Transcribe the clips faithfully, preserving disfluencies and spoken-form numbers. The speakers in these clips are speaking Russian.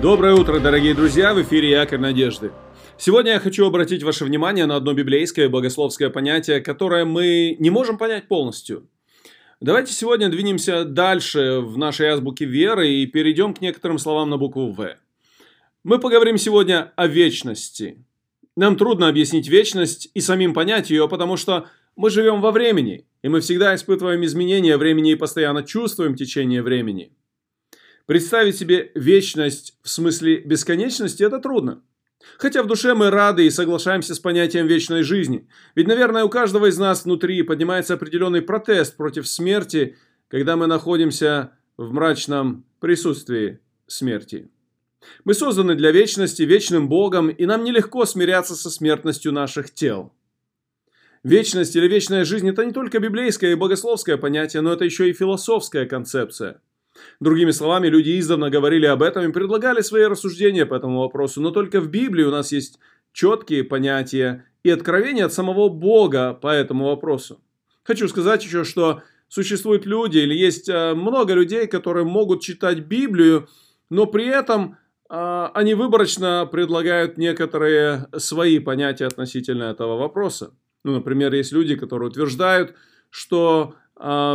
Доброе утро, дорогие друзья! В эфире Якорь Надежды. Сегодня я хочу обратить ваше внимание на одно библейское и богословское понятие, которое мы не можем понять полностью. Давайте сегодня двинемся дальше в нашей азбуке веры и перейдем к некоторым словам на букву «В». Мы поговорим сегодня о вечности. Нам трудно объяснить вечность и самим понять ее, потому что мы живем во времени, и мы всегда испытываем изменения времени и постоянно чувствуем течение времени. Представить себе вечность в смысле бесконечности – это трудно. Хотя в душе мы рады и соглашаемся с понятием вечной жизни. Ведь, наверное, у каждого из нас внутри поднимается определенный протест против смерти, когда мы находимся в мрачном присутствии смерти. Мы созданы для вечности, вечным Богом, и нам нелегко смиряться со смертностью наших тел. Вечность или вечная жизнь – это не только библейское и богословское понятие, но это еще и философская концепция. Другими словами, люди издавна говорили об этом и предлагали свои рассуждения по этому вопросу, но только в Библии у нас есть четкие понятия и откровения от самого Бога по этому вопросу. Хочу сказать еще, что существуют люди или есть много людей, которые могут читать Библию, но при этом э, они выборочно предлагают некоторые свои понятия относительно этого вопроса. Ну, например, есть люди, которые утверждают, что э,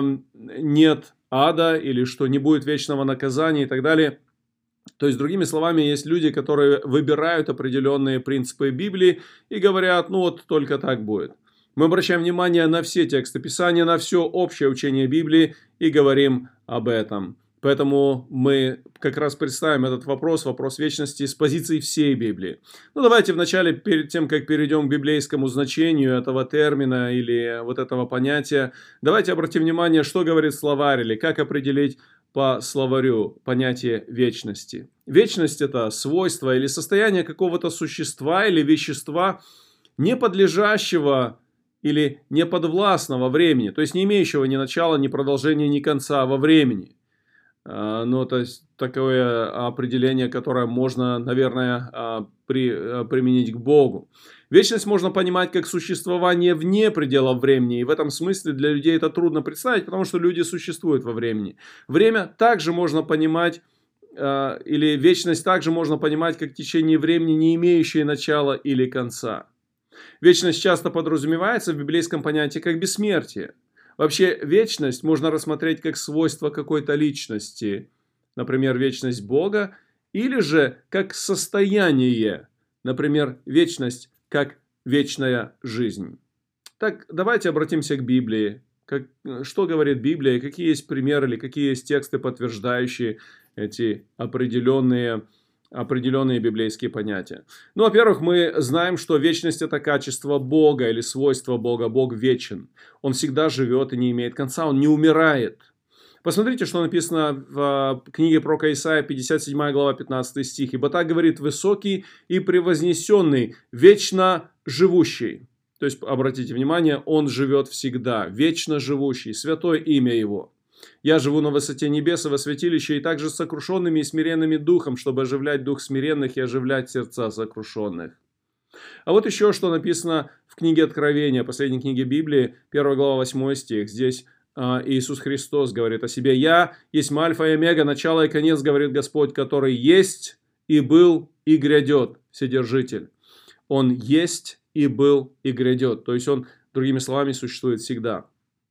нет ада или что не будет вечного наказания и так далее. То есть, другими словами, есть люди, которые выбирают определенные принципы Библии и говорят, ну вот только так будет. Мы обращаем внимание на все тексты Писания, на все общее учение Библии и говорим об этом. Поэтому мы как раз представим этот вопрос, вопрос вечности с позиции всей Библии. Ну давайте вначале, перед тем, как перейдем к библейскому значению этого термина или вот этого понятия, давайте обратим внимание, что говорит словарь или как определить по словарю понятие вечности. Вечность – это свойство или состояние какого-то существа или вещества, не подлежащего или не подвластного времени, то есть не имеющего ни начала, ни продолжения, ни конца во времени. Ну, то есть такое определение, которое можно, наверное, при, применить к Богу. Вечность можно понимать как существование вне пределов времени, и в этом смысле для людей это трудно представить, потому что люди существуют во времени. Время также можно понимать, или вечность также можно понимать как течение времени, не имеющее начала или конца. Вечность часто подразумевается в библейском понятии как бессмертие. Вообще, вечность можно рассмотреть как свойство какой-то личности, например, вечность Бога, или же как состояние, например, вечность как вечная жизнь. Так, давайте обратимся к Библии. Как, что говорит Библия, какие есть примеры или какие есть тексты, подтверждающие эти определенные определенные библейские понятия. Ну, во-первых, мы знаем, что вечность – это качество Бога или свойство Бога. Бог вечен. Он всегда живет и не имеет конца. Он не умирает. Посмотрите, что написано в книге пророка Исаия, пятьдесят седьмая глава, пятнадцатый стих. «Ибо так говорит высокий и превознесенный, вечно живущий». То есть, обратите внимание, Он живет всегда, вечно живущий, святое имя Его. «Я живу на высоте небес и во святилище, и также с сокрушенными и смиренными духом, чтобы оживлять дух смиренных и оживлять сердца сокрушенных». А вот еще что написано в книге Откровения, последней книге Библии, первая глава, восьмой стих. Здесь э, Иисус Христос говорит о себе. «Я есть Альфа и Омега, начало и конец, говорит Господь, который есть и был и грядет, Вседержитель». Он есть и был и грядет. То есть Он, другими словами, существует всегда.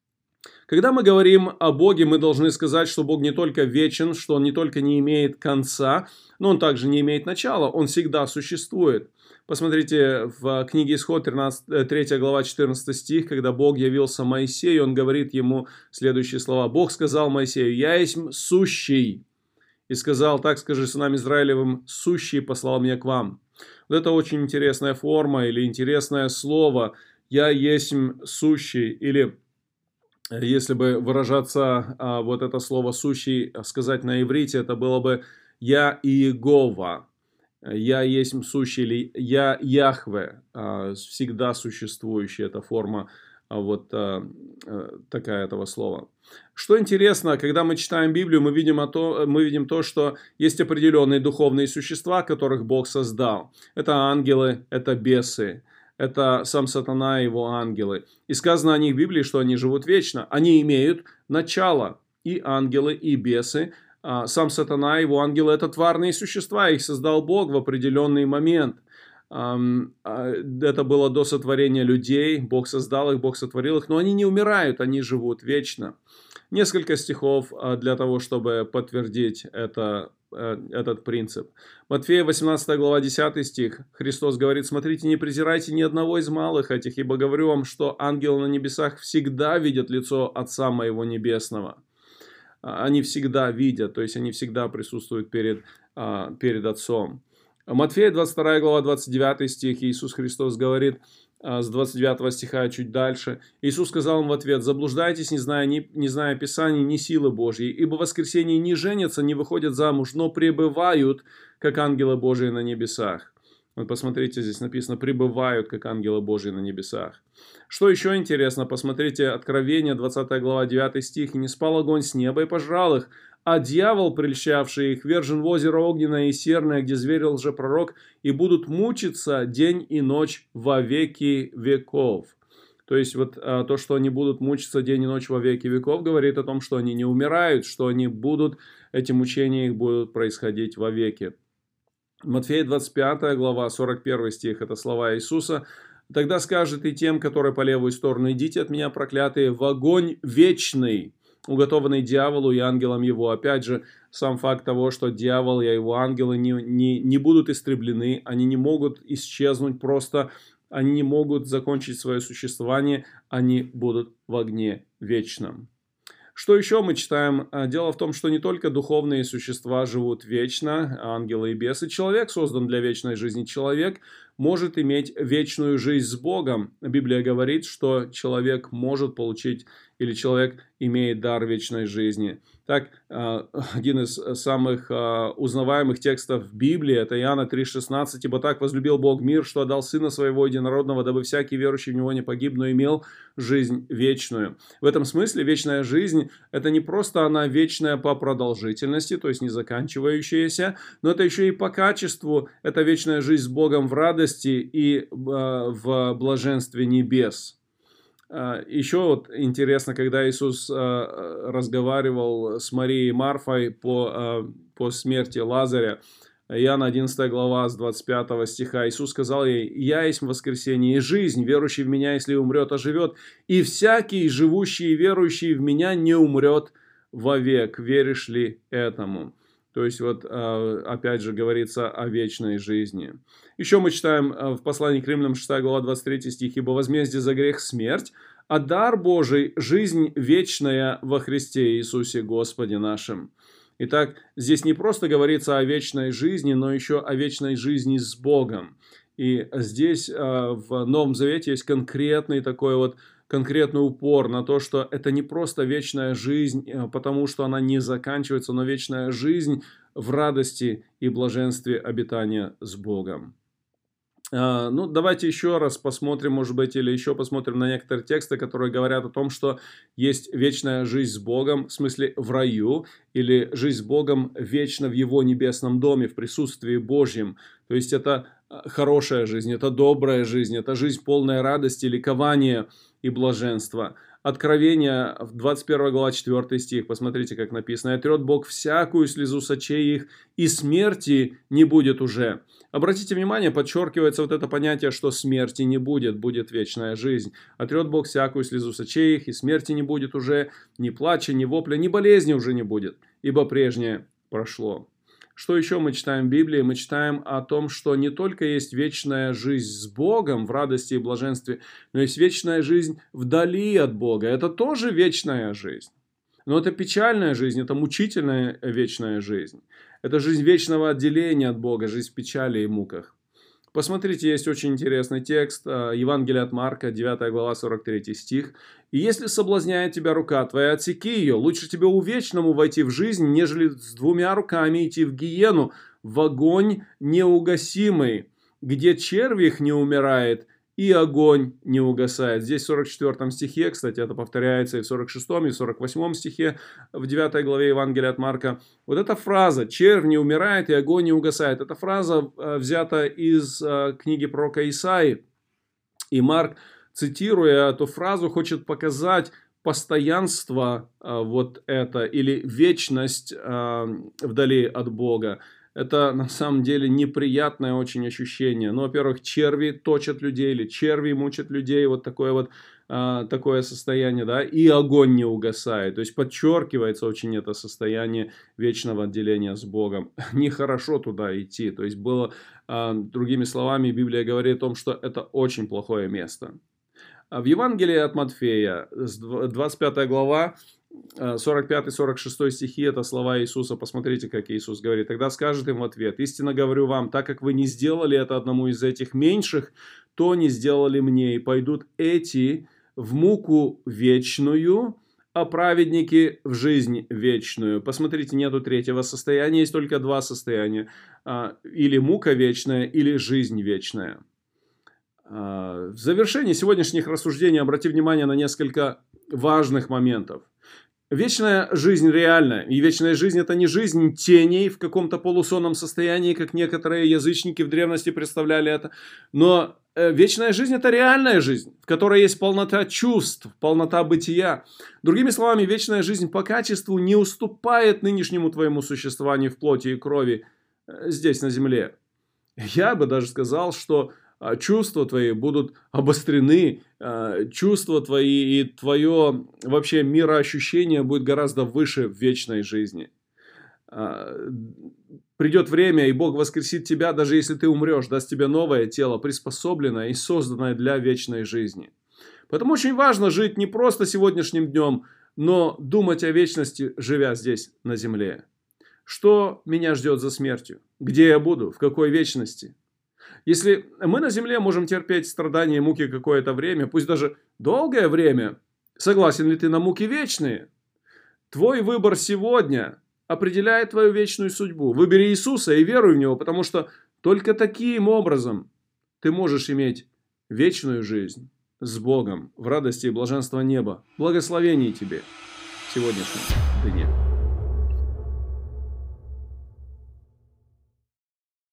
Когда мы говорим о Боге, мы должны сказать, что Бог не только вечен, что Он не только не имеет конца, но Он также не имеет начала, Он всегда существует. Посмотрите в книге Исход, третья глава, четырнадцатый стих, когда Бог явился Моисею, Он говорит ему следующие слова. «Бог сказал Моисею, я есть сущий, и сказал, так скажи сынам Израилевым, сущий послал меня к вам». Вот это очень интересная форма или интересное слово «я есть сущий» или... Если бы выражаться а, вот это слово «сущий», сказать на иврите, это было бы «я Иегова», «я есть сущий» или «я Яхве», а, всегда существующий, это форма а, вот а, а, такая этого слова. Что интересно, когда мы читаем Библию, мы видим, то, мы видим то, что есть определенные духовные существа, которых Бог создал. Это ангелы, это бесы. Это сам сатана и его ангелы. И сказано о них в Библии, что они живут вечно. Они имеют начало. И ангелы, и бесы Сам сатана, его ангелы – это тварные существа, их создал Бог в определенный момент. Это было до сотворения людей, Бог создал их, Бог сотворил их, но они не умирают, они живут вечно. Несколько стихов для того, чтобы подтвердить это, этот принцип. Матфея восемнадцатая глава десятый стих. Христос говорит: «Смотрите, не презирайте ни одного из малых этих, ибо говорю вам, что ангелы на небесах всегда видят лицо Отца Моего Небесного». Они всегда видят, то есть они всегда присутствуют перед, перед Отцом. Матфея двадцать вторая глава двадцать девятый стих. Иисус Христос говорит с двадцать девятого стиха чуть дальше. Иисус сказал им в ответ: «Заблуждайтесь, не зная, не, не зная Писаний, ни силы Божьей, ибо в воскресенье не женятся, не выходят замуж, но пребывают, как ангелы Божии на небесах». Вот посмотрите, здесь написано: «пребывают, как ангелы Божии на небесах». Что еще интересно, посмотрите Откровение, двадцатая глава, девятый стих. «И не спал огонь с неба и пожрал их, а дьявол, прельщавший их, вержен в озеро огненное и серное, где зверь лжепророк, и будут мучиться день и ночь во веки веков». То есть вот а, то, что они будут мучиться день и ночь во веки веков, говорит о том, что они не умирают, что они будут, эти мучения их будут происходить во веки. Матфея двадцать пятая глава, сорок первый стих, это слова Иисуса. «Тогда скажет и тем, которые по левую сторону: идите от меня, проклятые, в огонь вечный, уготованный дьяволу и ангелам его». Опять же, сам факт того, что дьявол и его ангелы не, не, не будут истреблены, они не могут исчезнуть просто, они не могут закончить свое существование, они будут в огне вечном. Что еще мы читаем? Дело в том, что не только духовные существа живут вечно, ангелы и бесы. Человек создан для вечной жизни. Человек может иметь вечную жизнь с Богом. Библия говорит, что человек может получить, или человек имеет дар вечной жизни. Так, один из самых узнаваемых текстов в Библии, это Иоанна три шестнадцать. «Ибо так возлюбил Бог мир, что отдал Сына Своего Единородного, дабы всякий верующий в Него не погиб, но имел жизнь вечную». В этом смысле вечная жизнь – это не просто она вечная по продолжительности, то есть не заканчивающаяся, но это еще и по качеству. Это вечная жизнь с Богом в радости и в блаженстве небес. Еще вот интересно, когда Иисус разговаривал с Марией и Марфой по, по смерти Лазаря, Иоанна одиннадцатая глава с двадцать пятого стиха, Иисус сказал ей: «Я есть воскресение и жизнь, верующий в Меня, если умрет, оживет, и всякий, живущий и верующий в Меня, не умрет вовек». Веришь ли этому? То есть, вот опять же говорится о вечной жизни. Еще мы читаем в послании к Римлянам шестая глава двадцать третий стих. «Ибо возмездие за грех смерть, а дар Божий – жизнь вечная во Христе Иисусе Господе нашим». Итак, здесь не просто говорится о вечной жизни, но еще о вечной жизни с Богом. И здесь в Новом Завете есть конкретный такой вот конкретный упор на то, что это не просто вечная жизнь, потому что она не заканчивается, но вечная жизнь в радости и блаженстве обитания с Богом. Ну, давайте еще раз посмотрим, может быть, или еще посмотрим на некоторые тексты, которые говорят о том, что есть вечная жизнь с Богом, в смысле в раю, или жизнь с Богом вечно в Его небесном доме, в присутствии Божьем. То есть это хорошая жизнь, это добрая жизнь, это жизнь полная радости, ликования и блаженства. Откровение, двадцать первая глава, четвёртый стих, посмотрите, как написано: «И отрет Бог всякую слезу с очей их, и смерти не будет уже». Обратите внимание, подчеркивается вот это понятие, что смерти не будет, будет вечная жизнь. «Отрет Бог всякую слезу с очей их, и смерти не будет уже, ни плача, ни вопля, ни болезни уже не будет, ибо прежнее прошло». Что еще мы читаем в Библии? Мы читаем о том, что не только есть вечная жизнь с Богом в радости и блаженстве, но есть вечная жизнь вдали от Бога. Это тоже вечная жизнь. Но это печальная жизнь, это мучительная вечная жизнь. Это жизнь вечного отделения от Бога, жизнь в печали и муках. Посмотрите, есть очень интересный текст, Евангелие от Марка, девятая глава, сорок третий стих. «И если соблазняет тебя рука твоя, отсеки ее. Лучше тебе увечному войти в жизнь, нежели с двумя руками идти в гиену, в огонь неугасимый, где червь их не умирает, и огонь не угасает». Здесь в сорок четвёртом стихе, кстати, это повторяется и в сорок шестом, и в сорок восьмом стихе, в девятой главе Евангелия от Марка. Вот эта фраза «червь не умирает и огонь не угасает», эта фраза взята из книги пророка Исаии. И Марк, цитируя эту фразу, хочет показать постоянство а, вот это или вечность а, вдали от Бога, это на самом деле неприятное очень ощущение. Ну, во-первых, черви точат людей или черви мучат людей, вот такое вот а, такое состояние, да, и огонь не угасает. То есть подчеркивается очень это состояние вечного отделения с Богом. Нехорошо туда идти. То есть было, а, другими словами, Библия говорит о том, что это очень плохое место. В Евангелии от Матфея, двадцать пятая глава, сорок пятый сорок шестой стихи, это слова Иисуса. Посмотрите, как Иисус говорит. «Тогда скажет им в ответ: истинно говорю вам, так как вы не сделали это одному из этих меньших, то не сделали мне, и пойдут эти в муку вечную, а праведники в жизнь вечную». Посмотрите, нету третьего состояния, есть только два состояния. Или мука вечная, или жизнь вечная. В завершении сегодняшних рассуждений обрати внимание на несколько важных моментов. Вечная жизнь реальна, и вечная жизнь — это не жизнь теней в каком-то полусонном состоянии, как некоторые язычники в древности представляли это, но вечная жизнь — это реальная жизнь, в которой есть полнота чувств, полнота бытия. Другими словами, вечная жизнь по качеству не уступает нынешнему твоему существованию в плоти и крови здесь, на земле. Я бы даже сказал, что чувства твои будут обострены, чувства твои и твое вообще мироощущение будет гораздо выше в вечной жизни. Придет время, и Бог воскресит тебя, даже если ты умрешь, даст тебе новое тело, приспособленное и созданное для вечной жизни. Поэтому очень важно жить не просто сегодняшним днем, но думать о вечности, живя здесь, на земле. Что меня ждет за смертью? Где я буду? В какой вечности? Если мы на земле можем терпеть страдания и муки какое-то время, пусть даже долгое время, согласен ли ты на муки вечные? Твой выбор сегодня определяет твою вечную судьбу. Выбери Иисуса и веруй в Него, потому что только таким образом ты можешь иметь вечную жизнь с Богом в радости и блаженстве неба. Благословений тебе в сегодняшнем дне.